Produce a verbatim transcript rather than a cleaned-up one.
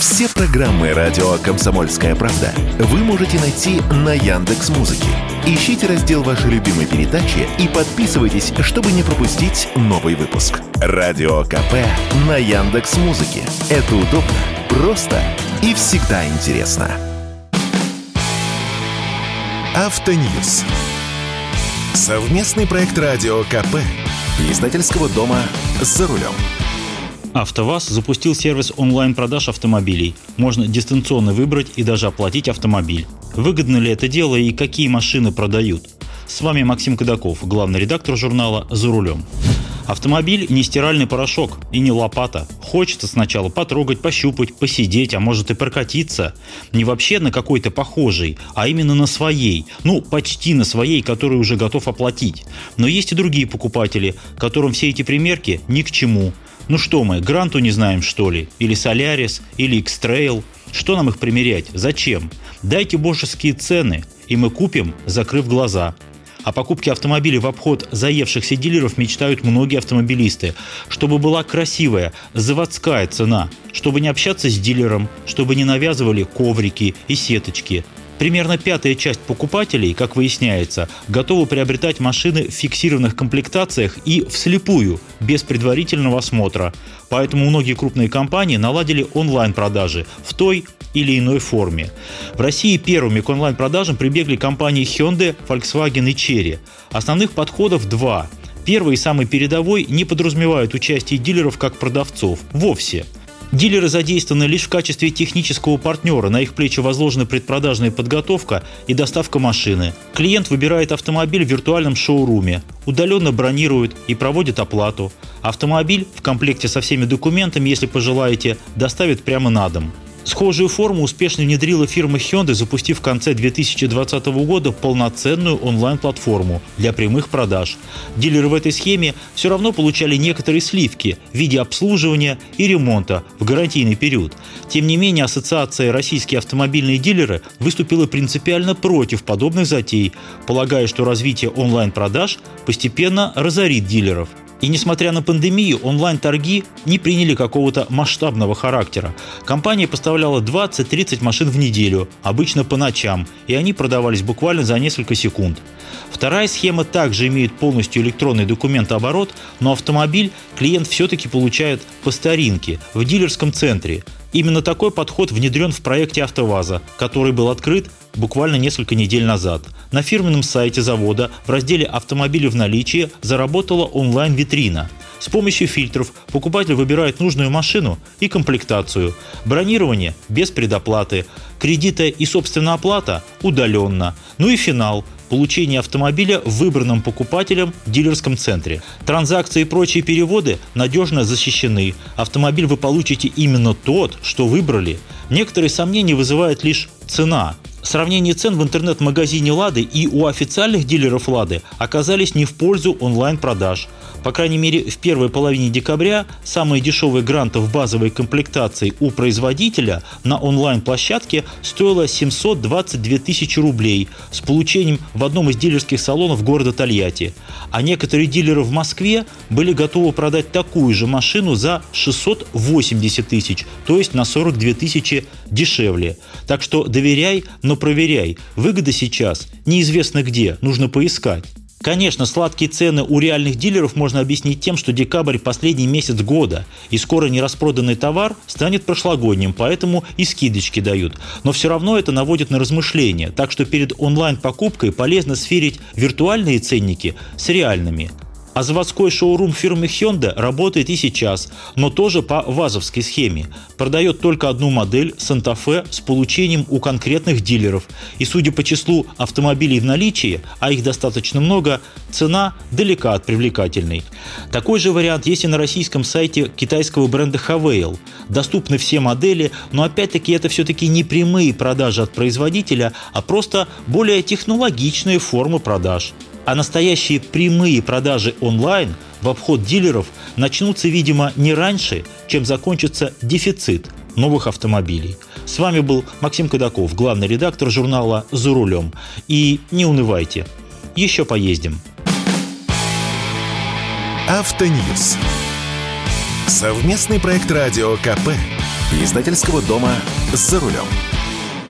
Все программы радио «Комсомольская правда» вы можете найти на Яндекс.Музыке. Ищите раздел вашей любимой передачи и подписывайтесь, чтобы не пропустить новый выпуск. Радио КП на Яндекс.Музыке. Это удобно, просто и всегда интересно. Автоньюз. Совместный проект радио КП. Издательского дома «За рулем». АвтоВАЗ запустил сервис онлайн-продаж автомобилей. Можно дистанционно выбрать и даже оплатить автомобиль. Выгодно ли это дело и какие машины продают? С вами Максим Кадаков, главный редактор журнала «За рулем». Автомобиль не стиральный порошок и не лопата. Хочется сначала потрогать, пощупать, посидеть, а может и прокатиться. Не вообще на какой-то похожей, а именно на своей. Ну, почти на своей, которую уже готов оплатить. Но есть и другие покупатели, которым все эти примерки ни к чему. Ну что мы, Гранту не знаем, что ли? Или Солярис? Или X-Trail? Что нам их примерять? Зачем? Дайте божеские цены, и мы купим, закрыв глаза. О покупке автомобилей в обход заевшихся дилеров мечтают многие автомобилисты. Чтобы была красивая, заводская цена. Чтобы не общаться с дилером, чтобы не навязывали коврики и сеточки. Примерно пятая часть покупателей, как выясняется, готовы приобретать машины в фиксированных комплектациях и вслепую, без предварительного осмотра. Поэтому многие крупные компании наладили онлайн-продажи в той или иной форме. В России первыми к онлайн-продажам прибегли компании Hyundai, Volkswagen и Chery. Основных подходов два. Первый и самый передовой не подразумевает участие дилеров как продавцов. Вовсе. Дилеры задействованы лишь в качестве технического партнера, на их плечи возложена предпродажная подготовка и доставка машины. Клиент выбирает автомобиль в виртуальном шоуруме, удаленно бронирует и проводит оплату. Автомобиль в комплекте со всеми документами, если пожелаете, доставят прямо на дом. Схожую форму успешно внедрила фирма Hyundai, запустив в конце две тысячи двадцатого года полноценную онлайн-платформу для прямых продаж. Дилеры в этой схеме все равно получали некоторые сливки в виде обслуживания и ремонта в гарантийный период. Тем не менее, Ассоциация «Российские автомобильные дилеры» выступила принципиально против подобных затей, полагая, что развитие онлайн-продаж постепенно разорит дилеров. И несмотря на пандемию, онлайн-торги не приняли какого-то масштабного характера. Компания поставляла двадцать-тридцать машин в неделю, обычно по ночам, и они продавались буквально за несколько секунд. Вторая схема также имеет полностью электронный документооборот, но автомобиль клиент все-таки получает по старинке, в дилерском центре. Именно такой подход внедрен в проекте АвтоВАЗа, который был открыт буквально несколько недель назад. На фирменном сайте завода в разделе «Автомобили в наличии» заработала онлайн-витрина. С помощью фильтров покупатель выбирает нужную машину и комплектацию. Бронирование без предоплаты, кредита и собственная оплата удаленно. Ну и финал – получение автомобиля выбранным покупателем в дилерском центре. Транзакции и прочие переводы надежно защищены. Автомобиль вы получите именно тот, что выбрали. Некоторые сомнения вызывает лишь цена. Сравнение цен в интернет-магазине «Лады» и у официальных дилеров «Лады» оказались не в пользу онлайн-продаж. По крайней мере, в первой половине декабря самые дешевые гранты в базовой комплектации у производителя на онлайн-площадке стоило семьсот двадцать две тысячи рублей с получением в одном из дилерских салонов города Тольятти. А некоторые дилеры в Москве были готовы продать такую же машину за шестьсот восемьдесят тысяч, то есть на сорок две тысячи дешевле. Так что доверяй, но проверяй. Выгода сейчас неизвестно где, нужно поискать. Конечно, сладкие цены у реальных дилеров можно объяснить тем, что декабрь – последний месяц года, и скоро нераспроданный товар станет прошлогодним, поэтому и скидочки дают. Но все равно это наводит на размышления, так что перед онлайн-покупкой полезно сверить виртуальные ценники с реальными. А заводской шоурум фирмы Hyundai работает и сейчас, но тоже по вазовской схеме. Продает только одну модель Santa Fe с получением у конкретных дилеров. И судя по числу автомобилей в наличии, а их достаточно много, цена далека от привлекательной. Такой же вариант есть и на российском сайте китайского бренда Havail. Доступны все модели, но опять-таки это все-таки не прямые продажи от производителя, а просто более технологичные формы продаж. А настоящие прямые продажи онлайн в обход дилеров начнутся, видимо, не раньше, чем закончится дефицит новых автомобилей. С вами был Максим Кадаков, главный редактор журнала «За рулем». И не унывайте, еще поездим. Автоньюз. Совместный проект радио КП. Издательского дома «За рулем».